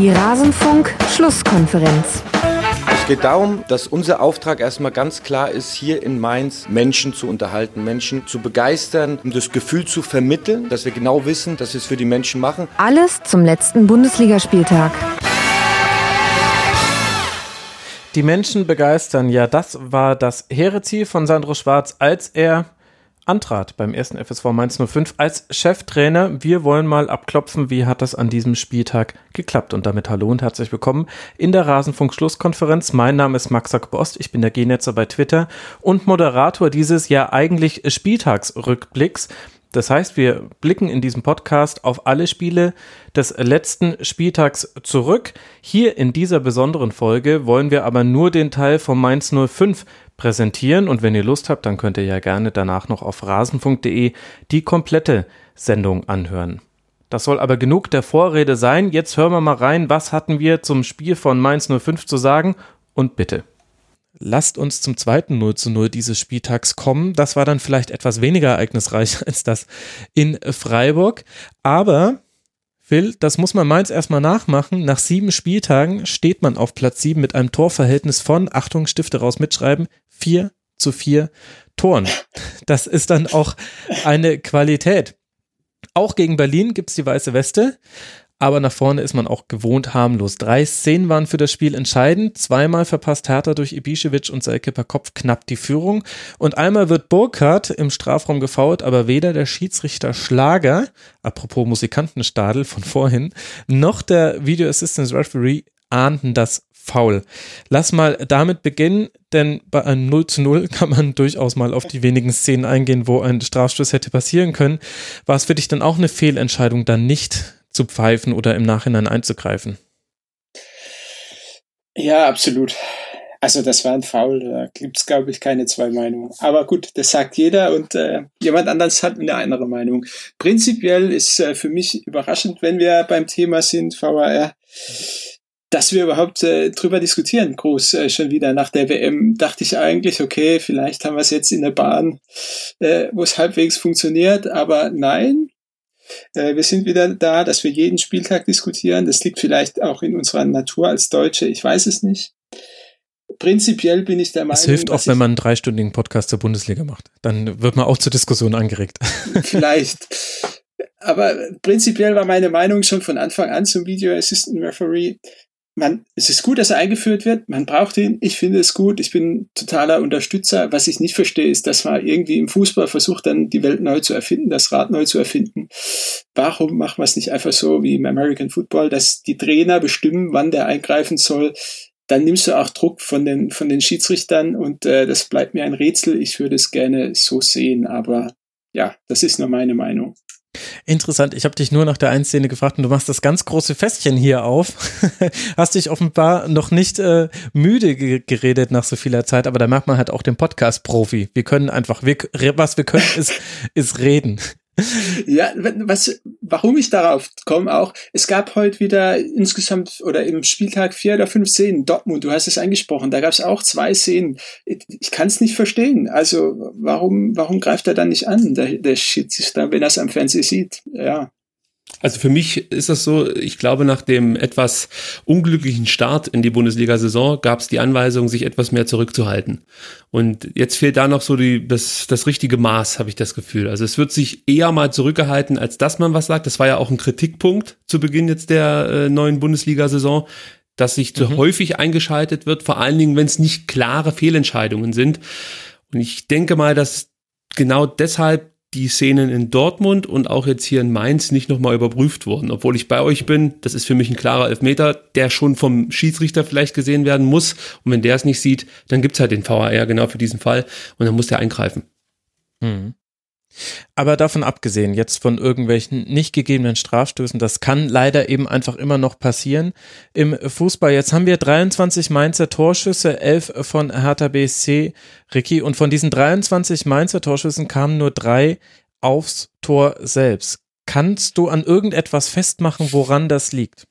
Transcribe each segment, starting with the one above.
Die Rasenfunk-Schlusskonferenz. Es geht darum, dass unser Auftrag erstmal ganz klar ist, hier in Mainz Menschen zu unterhalten, Menschen zu begeistern, um das Gefühl zu vermitteln, dass wir genau wissen, dass wir es für die Menschen machen. Alles zum letzten Bundesligaspieltag. Die Menschen begeistern, ja, das war das hehre Ziel von Sandro Schwarz, als er antrat beim ersten FSV Mainz 05 als Cheftrainer. Wir wollen mal abklopfen, wie hat das an diesem Spieltag geklappt. Und damit hallo und herzlich willkommen in der Rasenfunk-Schlusskonferenz. Mein Name ist Max Sack-Bost, ich bin der G-Netzer bei Twitter und Moderator dieses ja eigentlich Spieltagsrückblicks. Das heißt, wir blicken in diesem Podcast auf alle Spiele des letzten Spieltags zurück. Hier in dieser besonderen Folge wollen wir aber nur den Teil von Mainz 05 präsentieren. Und wenn ihr Lust habt, dann könnt ihr ja gerne danach noch auf rasenfunk.de die komplette Sendung anhören. Das soll aber genug der Vorrede sein. Jetzt hören wir mal rein, was hatten wir zum Spiel von Mainz 05 zu sagen. Und bitte. Lasst uns zum zweiten 0:0 dieses Spieltags kommen. Das war dann vielleicht etwas weniger ereignisreich als das in Freiburg. Aber, Phil, das muss man Mainz erstmal nachmachen. Nach 7 Spieltagen steht man auf Platz 7 mit einem Torverhältnis von, Achtung, Stifte raus mitschreiben, 4:4 Toren. Das ist dann auch eine Qualität. Auch gegen Berlin gibt's die weiße Weste. Aber nach vorne ist man auch gewohnt harmlos. 3 Szenen waren für das Spiel entscheidend. 2-mal verpasst Hertha durch Ibišević und Selke per Kopf knapp die Führung. Und einmal wird Burkhardt im Strafraum gefoult, aber weder der Schiedsrichter Schlager, apropos Musikantenstadel von vorhin, noch der Video Assistance Referee ahnten das Foul. Lass mal damit beginnen, denn bei einem 0:0 kann man durchaus mal auf die wenigen Szenen eingehen, wo ein Strafstoß hätte passieren können. War es für dich dann auch eine Fehlentscheidung, dann nicht zu pfeifen oder im Nachhinein einzugreifen? Ja, absolut. Also das war ein Foul, da gibt es, glaube ich, keine zwei Meinungen. Aber gut, das sagt jeder und jemand anderes hat eine andere Meinung. Prinzipiell ist für mich überraschend, wenn wir beim Thema sind, VAR, dass wir überhaupt drüber diskutieren, groß schon wieder. Nach der WM dachte ich eigentlich, okay, vielleicht haben wir es jetzt in der Bahn, wo es halbwegs funktioniert, aber nein. Wir sind wieder da, dass wir jeden Spieltag diskutieren. Das liegt vielleicht auch in unserer Natur als Deutsche. Ich weiß es nicht. Prinzipiell bin ich der Meinung... Es hilft auch, wenn man einen 3-stündigen Podcast zur Bundesliga macht. Dann wird man auch zur Diskussion angeregt. Vielleicht. Aber prinzipiell war meine Meinung schon von Anfang an zum Video Assistant Referee. Es ist gut, dass er eingeführt wird. Man braucht ihn. Ich finde es gut. Ich bin totaler Unterstützer. Was ich nicht verstehe, ist, dass man irgendwie im Fußball versucht, dann die Welt neu zu erfinden, das Rad neu zu erfinden. Warum machen wir es nicht einfach so wie im American Football, dass die Trainer bestimmen, wann der eingreifen soll? Dann nimmst du auch Druck von den Schiedsrichtern und das bleibt mir ein Rätsel. Ich würde es gerne so sehen, aber ja, das ist nur meine Meinung. Interessant, ich habe dich nur nach der einen Szene gefragt und du machst das ganz große Fässchen hier auf. Hast dich offenbar noch nicht müde geredet nach so vieler Zeit, aber da merkt man halt auch den Podcast-Profi. Wir können einfach, was wir können, ist reden. Ja, warum ich darauf komme auch, es gab heute wieder insgesamt oder im Spieltag 4 oder 5 Szenen, Dortmund, du hast es angesprochen, da gab es auch 2 Szenen. Ich kann es nicht verstehen, also warum greift er dann nicht an, der Schiedsrichter, wenn er es am Fernsehen sieht, ja. Also für mich ist das so, ich glaube, nach dem etwas unglücklichen Start in die Bundesliga-Saison gab es die Anweisung, sich etwas mehr zurückzuhalten. Und jetzt fehlt da noch so das richtige Maß, habe ich das Gefühl. Also es wird sich eher mal zurückgehalten, als dass man was sagt. Das war ja auch ein Kritikpunkt zu Beginn jetzt der neuen Bundesliga-Saison, dass sich zu häufig eingeschaltet wird, vor allen Dingen, wenn es nicht klare Fehlentscheidungen sind. Und ich denke mal, dass genau deshalb die Szenen in Dortmund und auch jetzt hier in Mainz nicht nochmal überprüft wurden. Obwohl ich bei euch bin, das ist für mich ein klarer Elfmeter, der schon vom Schiedsrichter vielleicht gesehen werden muss. Und wenn der es nicht sieht, dann gibt's halt den VAR genau für diesen Fall und dann muss der eingreifen. Mhm. Aber davon abgesehen, jetzt von irgendwelchen nicht gegebenen Strafstößen, das kann leider eben einfach immer noch passieren im Fußball. Jetzt haben wir 23 Mainzer Torschüsse, 11 von Hertha BSC, Ricky, und von diesen 23 Mainzer Torschüssen kamen nur 3 aufs Tor selbst. Kannst du an irgendetwas festmachen, woran das liegt?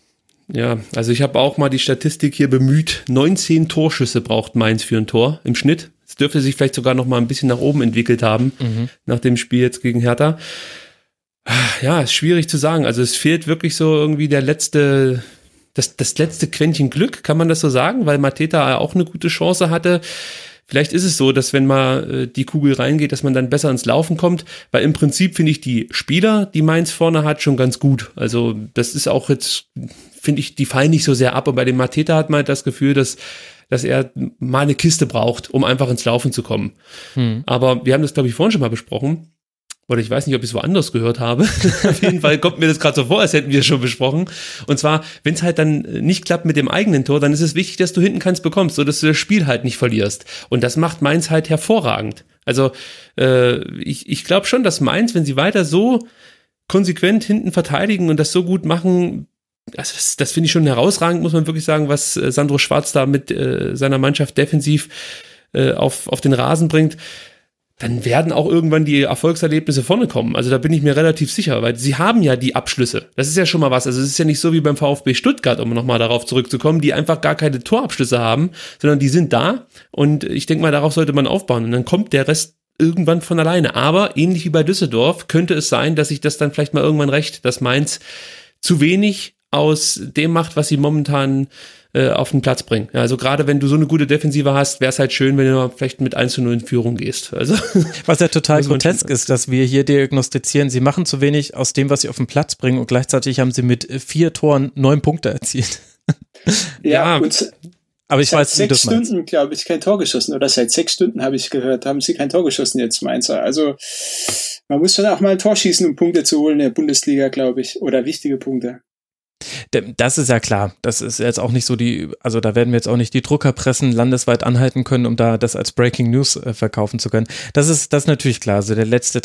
Ja, also ich habe auch mal die Statistik hier bemüht. 19 Torschüsse braucht Mainz für ein Tor im Schnitt. Es dürfte sich vielleicht sogar noch mal ein bisschen nach oben entwickelt haben, nach dem Spiel jetzt gegen Hertha. Ja, ist schwierig zu sagen. Also es fehlt wirklich so irgendwie der letzte das letzte Quäntchen Glück, kann man das so sagen, weil Mateta auch eine gute Chance hatte. Vielleicht ist es so, dass wenn mal die Kugel reingeht, dass man dann besser ins Laufen kommt, weil im Prinzip finde ich die Spieler, die Mainz vorne hat, schon ganz gut. Also das ist auch jetzt, finde ich, die fallen nicht so sehr ab. Und bei dem Mateta hat man das Gefühl, dass er mal eine Kiste braucht, um einfach ins Laufen zu kommen. Aber wir haben das, glaube ich, vorhin schon mal besprochen. Oder ich weiß nicht, ob ich es woanders gehört habe. Auf jeden Fall kommt mir das gerade so vor, als hätten wir es schon besprochen. Und zwar, wenn es halt dann nicht klappt mit dem eigenen Tor, dann ist es wichtig, dass du hinten keins bekommst, sodass du das Spiel halt nicht verlierst. Und das macht Mainz halt hervorragend. Also ich glaube schon, dass Mainz, wenn sie weiter so konsequent hinten verteidigen und das so gut machen, also das finde ich schon herausragend, muss man wirklich sagen, was Sandro Schwarz da mit seiner Mannschaft defensiv auf den Rasen bringt. Dann werden auch irgendwann die Erfolgserlebnisse vorne kommen. Also da bin ich mir relativ sicher, weil sie haben ja die Abschlüsse. Das ist ja schon mal was. Also es ist ja nicht so wie beim VfB Stuttgart, um nochmal darauf zurückzukommen, die einfach gar keine Torabschlüsse haben, sondern die sind da und ich denke mal, darauf sollte man aufbauen und dann kommt der Rest irgendwann von alleine. Aber ähnlich wie bei Düsseldorf könnte es sein, dass sich das dann vielleicht mal irgendwann rächt, dass Mainz zu wenig aus dem macht, was sie momentan auf den Platz bringen. Also gerade wenn du so eine gute Defensive hast, wäre es halt schön, wenn du vielleicht mit 1:0 in Führung gehst. Also was ja total grotesk ist, dass wir hier diagnostizieren, sie machen zu wenig aus dem, was sie auf den Platz bringen und gleichzeitig haben sie mit 4 Toren 9 Punkte erzielt. Ja, und aber ich weiß, seit 6 Stunden, glaube ich, kein Tor geschossen. Oder seit 6 Stunden habe ich gehört, haben sie kein Tor geschossen jetzt, Mainzer. Also man muss schon auch mal ein Tor schießen, um Punkte zu holen in der Bundesliga, glaube ich. Oder wichtige Punkte. Das ist ja klar. Das ist jetzt auch nicht so also da werden wir jetzt auch nicht die Druckerpressen landesweit anhalten können, um da das als Breaking News verkaufen zu können. Das ist natürlich klar. Also die letzten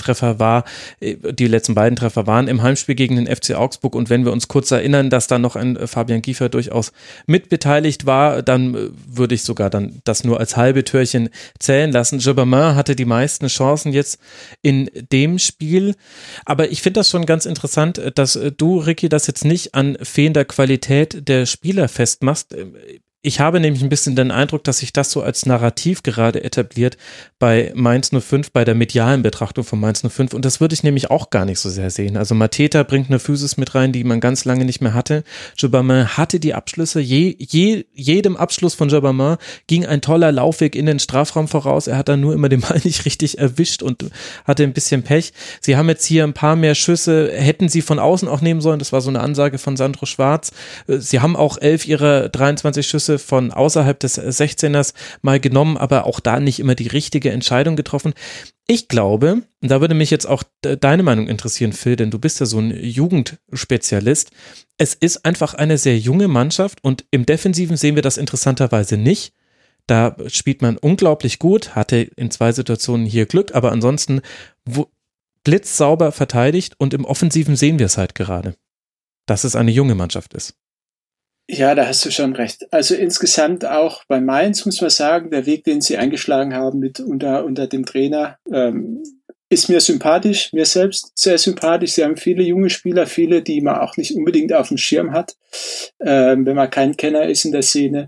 beiden Treffer waren im Heimspiel gegen den FC Augsburg und wenn wir uns kurz erinnern, dass da noch ein Fabian Giefer durchaus mitbeteiligt war, dann würde ich sogar dann das nur als halbe Türchen zählen lassen. Gibbermann hatte die meisten Chancen jetzt in dem Spiel, aber ich finde das schon ganz interessant, dass du, Ricky, das jetzt nicht an fehlender Qualität der Spieler festmachst. Ich habe nämlich ein bisschen den Eindruck, dass sich das so als Narrativ gerade etabliert bei Mainz 05, bei der medialen Betrachtung von Mainz 05 und das würde ich nämlich auch gar nicht so sehr sehen. Also Mateta bringt eine Physis mit rein, die man ganz lange nicht mehr hatte. Gibbermann hatte die Abschlüsse, jedem Abschluss von Gibbermann ging ein toller Laufweg in den Strafraum voraus, er hat dann nur immer den Ball nicht richtig erwischt und hatte ein bisschen Pech. Sie haben jetzt hier ein paar mehr Schüsse, hätten sie von außen auch nehmen sollen, das war so eine Ansage von Sandro Schwarz. Sie haben auch 11 ihrer 23 Schüsse von außerhalb des 16ers mal genommen, aber auch da nicht immer die richtige Entscheidung getroffen. Ich glaube, und da würde mich jetzt auch deine Meinung interessieren, Phil, denn du bist ja so ein Jugendspezialist, es ist einfach eine sehr junge Mannschaft und im Defensiven sehen wir das interessanterweise nicht. Da spielt man unglaublich gut, hatte in 2 Situationen hier Glück, aber ansonsten blitzsauber verteidigt und im Offensiven sehen wir es halt gerade, dass es eine junge Mannschaft ist. Ja, da hast du schon recht. Also insgesamt auch bei Mainz muss man sagen, der Weg, den sie eingeschlagen haben unter dem Trainer, ist mir sympathisch, mir selbst sehr sympathisch. Sie haben viele junge Spieler, viele, die man auch nicht unbedingt auf dem Schirm hat, wenn man kein Kenner ist in der Szene,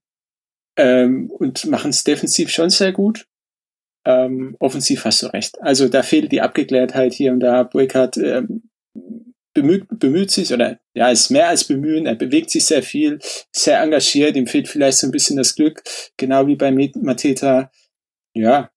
und machen es defensiv schon sehr gut. Offensiv hast du recht. Also da fehlt die Abgeklärtheit hier und da. Burkhardt bemüht sich, oder ja, ist mehr als bemühen, er bewegt sich sehr viel, sehr engagiert, ihm fehlt vielleicht so ein bisschen das Glück, genau wie bei Mateta. Ja.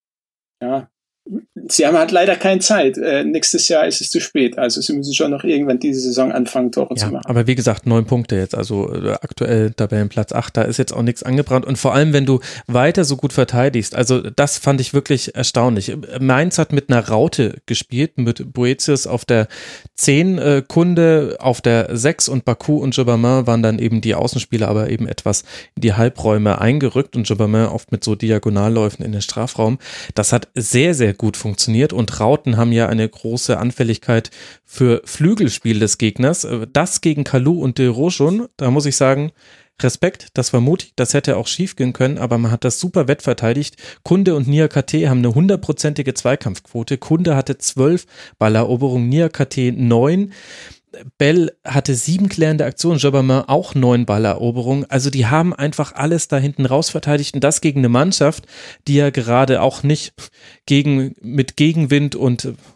Sie haben halt leider keine Zeit. Nächstes Jahr ist es zu spät. Also sie müssen schon noch irgendwann diese Saison anfangen, Tore zu machen. Aber wie gesagt, 9 Punkte jetzt, also aktuell Tabellenplatz 8, da ist jetzt auch nichts angebrannt. Und vor allem, wenn du weiter so gut verteidigst, also das fand ich wirklich erstaunlich. Mainz hat mit einer Raute gespielt, mit Boetius auf der 10, Kunde auf der 6 und Baku und Gibbermann waren dann eben die Außenspieler, aber eben etwas in die Halbräume eingerückt und Gibbermann oft mit so Diagonalläufen in den Strafraum. Das hat sehr, sehr gut funktioniert und Rauten haben ja eine große Anfälligkeit für Flügelspiel des Gegners. Das gegen Kalou und De Rochon, da muss ich sagen, Respekt, das war mutig, das hätte auch schief gehen können, aber man hat das super wettverteidigt. Kunde und Niakate haben eine 100%ige Zweikampfquote. Kunde hatte 12 Balleroberungen, Niakate 9. Bell hatte 7 klärende Aktionen, Gibbermann auch 9 Balleroberungen. Also die haben einfach alles da hinten raus verteidigt und das gegen eine Mannschaft, die ja gerade auch nicht mit Gegenwind und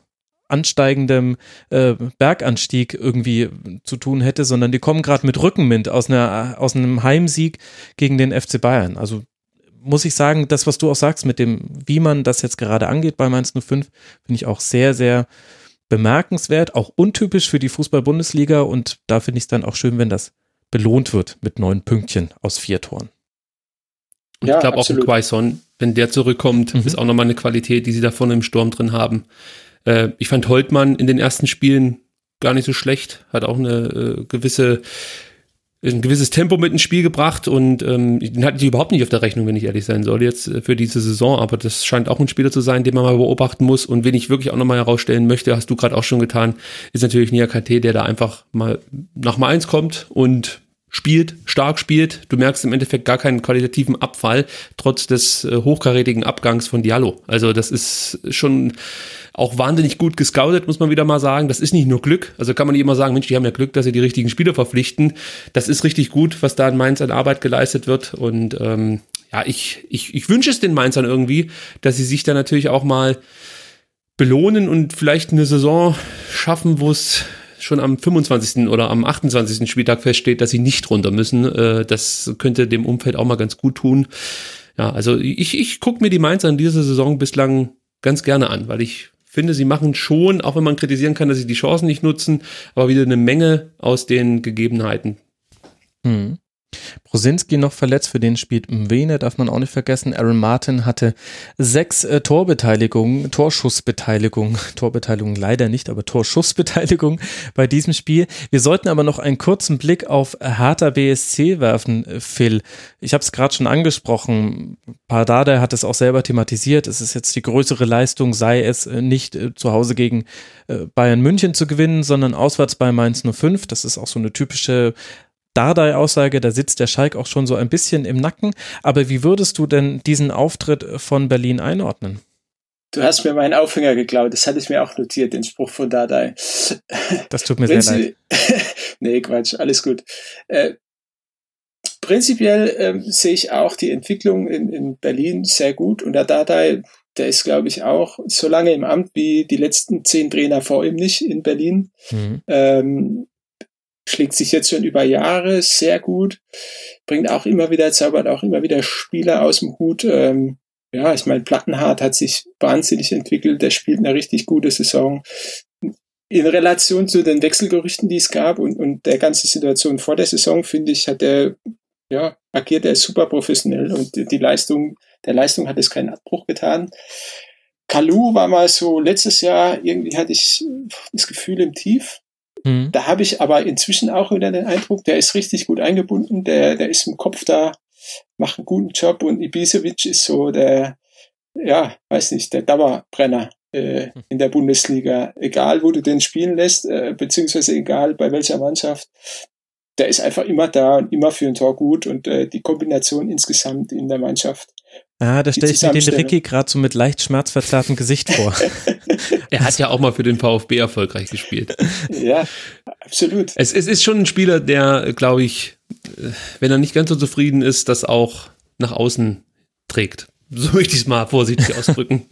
ansteigendem Berganstieg irgendwie zu tun hätte, sondern die kommen gerade mit Rückenwind aus einem Heimsieg gegen den FC Bayern. Also muss ich sagen, das, was du auch sagst mit dem, wie man das jetzt gerade angeht bei Mainz 05, finde ich auch sehr, sehr bemerkenswert, auch untypisch für die Fußball-Bundesliga, und da finde ich es dann auch schön, wenn das belohnt wird mit 9 Pünktchen aus 4 Toren. Und ich glaube auch ein Quaison, wenn der zurückkommt, ist auch nochmal eine Qualität, die sie da vorne im Sturm drin haben. Ich fand Holtmann in den ersten Spielen gar nicht so schlecht, hat auch ein gewisses Tempo mit ins Spiel gebracht, und den hatte ich überhaupt nicht auf der Rechnung, wenn ich ehrlich sein soll, jetzt für diese Saison, aber das scheint auch ein Spieler zu sein, den man mal beobachten muss, und wen ich wirklich auch nochmal herausstellen möchte, hast du gerade auch schon getan, ist natürlich Niakate, der da einfach mal nach Mainz kommt und stark spielt. Du merkst im Endeffekt gar keinen qualitativen Abfall, trotz des hochkarätigen Abgangs von Diallo. Also das ist schon auch wahnsinnig gut gescoutet, muss man wieder mal sagen. Das ist nicht nur Glück. Also kann man nicht immer sagen, Mensch, die haben ja Glück, dass sie die richtigen Spieler verpflichten. Das ist richtig gut, was da in Mainz an Arbeit geleistet wird. Und ich wünsche es den Mainzern irgendwie, dass sie sich da natürlich auch mal belohnen und vielleicht eine Saison schaffen, wo es schon am 25. oder am 28. Spieltag feststeht, dass sie nicht runter müssen. Das könnte dem Umfeld auch mal ganz gut tun. Ja, also ich gucke mir die Mainzer in dieser Saison bislang ganz gerne an, weil ich finde, sie machen schon, auch wenn man kritisieren kann, dass sie die Chancen nicht nutzen, aber wieder eine Menge aus den Gegebenheiten. Brosinski noch verletzt, für den spielt Mwene, darf man auch nicht vergessen. Aaron Martin hatte 6 Torbeteiligungen leider nicht, aber Torschussbeteiligung bei diesem Spiel. Wir sollten aber noch einen kurzen Blick auf Hertha BSC werfen, Phil. Ich habe es gerade schon angesprochen, Pardada hat es auch selber thematisiert, es ist jetzt die größere Leistung, sei es nicht zu Hause gegen Bayern München zu gewinnen, sondern auswärts bei Mainz 05. Das ist auch so eine typische Dardai-Aussage, da sitzt der Schalk auch schon so ein bisschen im Nacken. Aber wie würdest du denn diesen Auftritt von Berlin einordnen? Du hast mir meinen Aufhänger geklaut, das hatte ich mir auch notiert, den Spruch von Dardai. Das tut mir sehr leid. Nee, Quatsch, alles gut. Prinzipiell sehe ich auch die Entwicklung in Berlin sehr gut, und der Dardai, der ist, glaube ich, auch so lange im Amt wie die letzten 10 Trainer vor ihm nicht in Berlin. Schlägt sich jetzt schon über Jahre sehr gut, zaubert auch immer wieder Spieler aus dem Hut. Ich meine, Plattenhardt hat sich wahnsinnig entwickelt, der spielt eine richtig gute Saison. In Relation zu den Wechselgerüchten, die es gab und der ganzen Situation vor der Saison, finde ich, agiert er super professionell, und der Leistung hat es keinen Abbruch getan. Kalou war mal so letztes Jahr, irgendwie hatte ich das Gefühl im Tief. Da habe ich aber inzwischen auch wieder den Eindruck, der ist richtig gut eingebunden, der ist im Kopf da, macht einen guten Job, und Ibisevic ist so der Dauerbrenner in der Bundesliga. Egal, wo du den spielen lässt, beziehungsweise egal bei welcher Mannschaft, der ist einfach immer da und immer für ein Tor gut, und die Kombination insgesamt in der Mannschaft. Da stelle ich mir den Ricky gerade so mit leicht schmerzverzerrtem Gesicht vor. Er hat ja auch mal für den VfB erfolgreich gespielt. Ja, absolut. Es ist schon ein Spieler, der, glaube ich, wenn er nicht ganz so zufrieden ist, das auch nach außen trägt. So möchte ich es mal vorsichtig ausdrücken.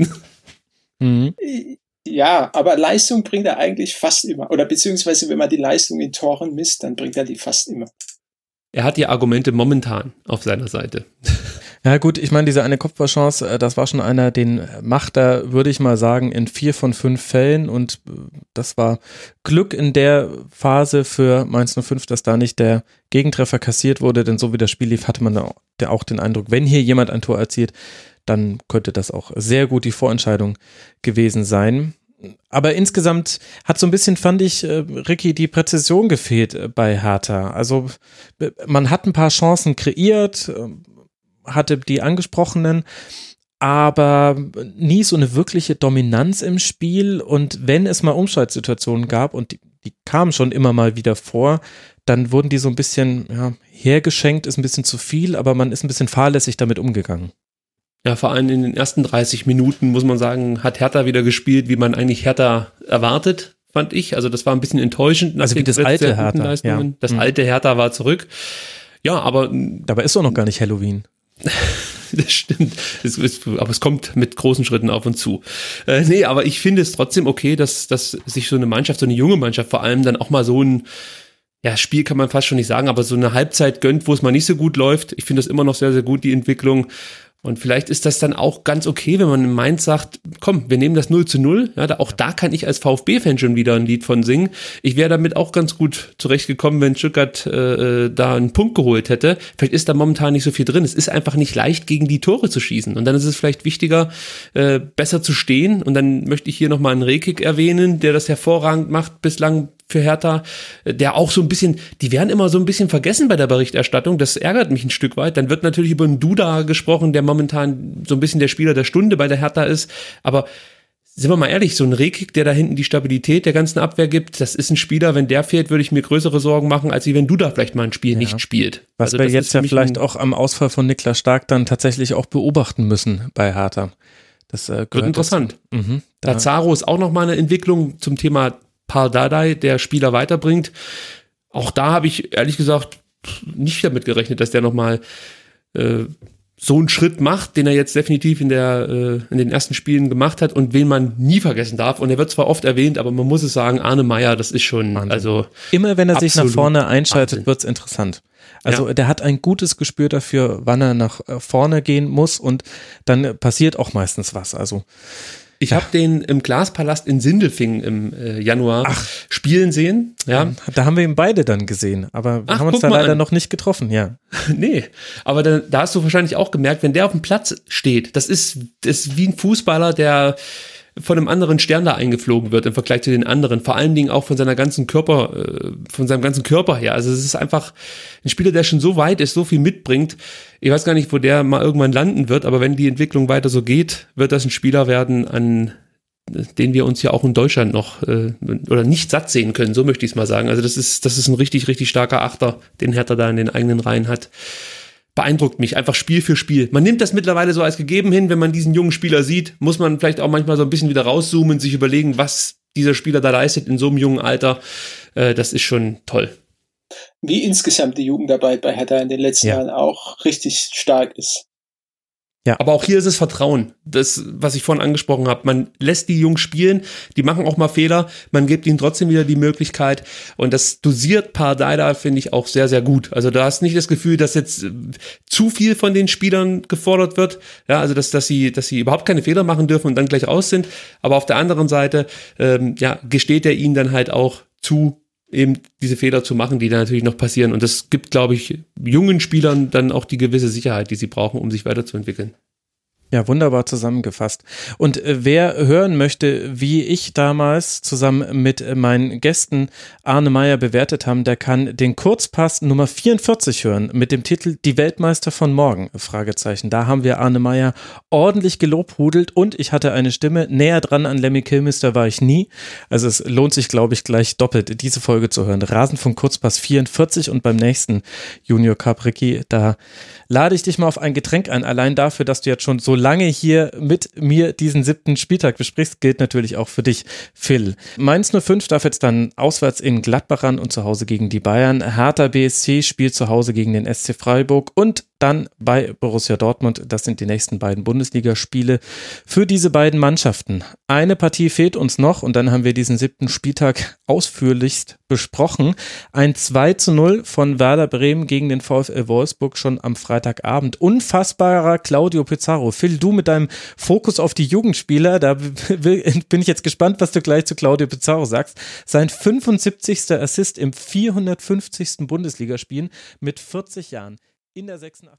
Ja, aber Leistung bringt er eigentlich fast immer. Oder beziehungsweise, wenn man die Leistung in Toren misst, dann bringt er die fast immer. Er hat die Argumente momentan auf seiner Seite. Ja gut, ich meine, diese eine Kopfballchance, das war schon einer, den macht er, würde ich mal sagen, in 4 von 5 Fällen, und das war Glück in der Phase für Mainz 05, dass da nicht der Gegentreffer kassiert wurde, denn so wie das Spiel lief, hatte man da auch den Eindruck, wenn hier jemand ein Tor erzielt, dann könnte das auch sehr gut die Vorentscheidung gewesen sein. Aber insgesamt hat so ein bisschen, fand ich, Ricky, die Präzision gefehlt bei Hertha. Also man hat ein paar Chancen kreiert, hatte die angesprochenen, aber nie so eine wirkliche Dominanz im Spiel, und wenn es mal Umschaltsituationen gab, und die kamen schon immer mal wieder vor, dann wurden die so ein bisschen hergeschenkt, ist ein bisschen zu viel, aber man ist ein bisschen fahrlässig damit umgegangen. Ja, vor allem in den ersten 30 Minuten, muss man sagen, hat Hertha wieder gespielt, wie man eigentlich Hertha erwartet, fand ich. Also das war ein bisschen enttäuschend. Also wie das alte Hertha. Das alte Hertha war zurück. Ja, aber... Dabei ist doch noch gar nicht Halloween. das stimmt. Aber es kommt mit großen Schritten auf uns zu. Nee, aber ich finde es trotzdem okay, dass sich so eine Mannschaft, so eine junge Mannschaft vor allem dann auch mal so ein Spiel kann man fast schon nicht sagen, aber so eine Halbzeit gönnt, wo es mal nicht so gut läuft. Ich finde das immer noch sehr, sehr gut, die Entwicklung. Und vielleicht ist das dann auch ganz okay, wenn man in Mainz sagt, komm, wir nehmen das 0:0. Ja, da kann ich als VfB-Fan schon wieder ein Lied von singen. Ich wäre damit auch ganz gut zurechtgekommen, wenn Stuttgart da einen Punkt geholt hätte. Vielleicht ist da momentan nicht so viel drin. Es ist einfach nicht leicht, gegen die Tore zu schießen. Und dann ist es vielleicht wichtiger, besser zu stehen. Und dann möchte ich hier nochmal einen Rekik erwähnen, der das hervorragend macht bislang für Hertha, der auch so ein bisschen, die werden immer so ein bisschen vergessen bei der Berichterstattung, das ärgert mich ein Stück weit, dann wird natürlich über einen Duda gesprochen, der momentan so ein bisschen der Spieler der Stunde bei der Hertha ist, aber sind wir mal ehrlich, so ein Rekik, der da hinten die Stabilität der ganzen Abwehr gibt, das ist ein Spieler, wenn der fehlt, würde ich mir größere Sorgen machen, als wenn Duda vielleicht mal ein Spiel nicht spielt. Was wir jetzt ja vielleicht auch am Ausfall von Niklas Stark dann tatsächlich auch beobachten müssen bei Hertha. Das wird interessant. Lazaro ist auch nochmal eine Entwicklung zum Thema Pardadei, der Spieler weiterbringt. Auch da habe ich ehrlich gesagt nicht damit gerechnet, dass der nochmal so einen Schritt macht, den er jetzt definitiv in den ersten Spielen gemacht hat und wen man nie vergessen darf. Und er wird zwar oft erwähnt, aber man muss es sagen, Arne Meyer, das ist schon, Wahnsinn. Also immer wenn er sich nach vorne einschaltet, wird es interessant. Also der hat ein gutes Gespür dafür, wann er nach vorne gehen muss und dann passiert auch meistens was. Also ich habe den im Glaspalast in Sindelfingen im Januar spielen sehen. Ja. Da haben wir ihn beide dann gesehen, aber wir haben uns da leider noch nicht getroffen, ja. Nee, aber da hast du wahrscheinlich auch gemerkt, wenn der auf dem Platz steht, das ist wie ein Fußballer, der von einem anderen Stern da eingeflogen wird im Vergleich zu den anderen, vor allen Dingen auch von seinem ganzen Körper her. Also es ist einfach ein Spieler, der schon so weit ist, so viel mitbringt. Ich weiß gar nicht, wo der mal irgendwann landen wird, aber wenn die Entwicklung weiter so geht, wird das ein Spieler werden, an den wir uns ja auch in Deutschland noch oder nicht satt sehen können, so möchte ich es mal sagen. Also das ist ein richtig, richtig starker Achter, den Hertha da in den eigenen Reihen hat. Beeindruckt mich, einfach Spiel für Spiel. Man nimmt das mittlerweile so als gegeben hin, wenn man diesen jungen Spieler sieht, muss man vielleicht auch manchmal so ein bisschen wieder rauszoomen, sich überlegen, was dieser Spieler da leistet in so einem jungen Alter. Das ist schon toll. Wie insgesamt die Jugendarbeit bei Hertha in den letzten Jahren auch richtig stark ist. Ja. Aber auch hier ist es Vertrauen, das, was ich vorhin angesprochen habe. Man lässt die Jungs spielen, die machen auch mal Fehler, man gibt ihnen trotzdem wieder die Möglichkeit und das dosiert Pardadei, finde ich, auch sehr, sehr gut. Also da hast nicht das Gefühl, dass jetzt zu viel von den Spielern gefordert wird, ja, also dass sie überhaupt keine Fehler machen dürfen und dann gleich raus sind, aber auf der anderen Seite gesteht er ihnen dann halt auch zu, eben diese Fehler zu machen, die da natürlich noch passieren. Und das gibt, glaube ich, jungen Spielern dann auch die gewisse Sicherheit, die sie brauchen, um sich weiterzuentwickeln. Ja, wunderbar zusammengefasst. Und wer hören möchte, wie ich damals zusammen mit meinen Gästen Arne Meyer bewertet haben, der kann den Kurzpass Nummer 44 hören mit dem Titel Die Weltmeister von morgen, Fragezeichen. Da haben wir Arne Meyer ordentlich gelobhudelt und ich hatte eine Stimme. Näher dran an Lemmy Kilmister war ich nie. Also es lohnt sich, glaube ich, gleich doppelt, diese Folge zu hören. Rasenfunk Kurzpass 44 und beim nächsten Junior Cup, Ricky, da lade ich dich mal auf ein Getränk ein. Allein dafür, dass du jetzt schon so lange hier mit mir diesen 7. Spieltag besprichst, gilt natürlich auch für dich, Phil. Mainz 05 darf jetzt dann auswärts in Gladbach ran und zu Hause gegen die Bayern. Hertha BSC spielt zu Hause gegen den SC Freiburg und dann bei Borussia Dortmund. Das sind die nächsten beiden Bundesligaspiele für diese beiden Mannschaften. Eine Partie fehlt uns noch und dann haben wir diesen 7. Spieltag ausführlichst besprochen. Ein 2:0 von Werder Bremen gegen den VfL Wolfsburg schon am Freitagabend. Unfassbarer Claudio Pizarro. Phil, du mit deinem Fokus auf die Jugendspieler, da bin ich jetzt gespannt, was du gleich zu Claudio Pizarro sagst. Sein 75. Assist im 450. Bundesligaspielen mit 40 Jahren. In der 86.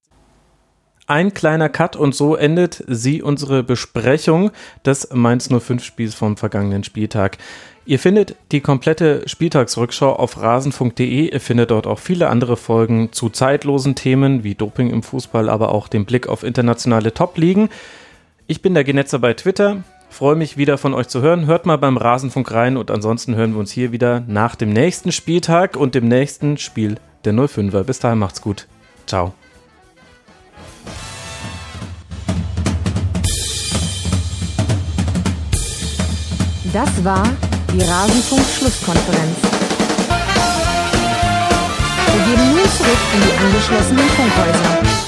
Ein kleiner Cut und so endet unsere Besprechung des Mainz 05 Spiels vom vergangenen Spieltag. Ihr findet die komplette Spieltagsrückschau auf rasenfunk.de. Ihr findet dort auch viele andere Folgen zu zeitlosen Themen wie Doping im Fußball, aber auch den Blick auf internationale Top-Ligen. Ich bin der Genetzer bei Twitter. Freue mich wieder von euch zu hören. Hört mal beim Rasenfunk rein und ansonsten hören wir uns hier wieder nach dem nächsten Spieltag und dem nächsten Spiel der 05er. Bis dahin macht's gut. Ciao. Das war die Rasenfunk-Schlusskonferenz. Wir gehen nun zurück in die angeschlossenen Funkhäuser.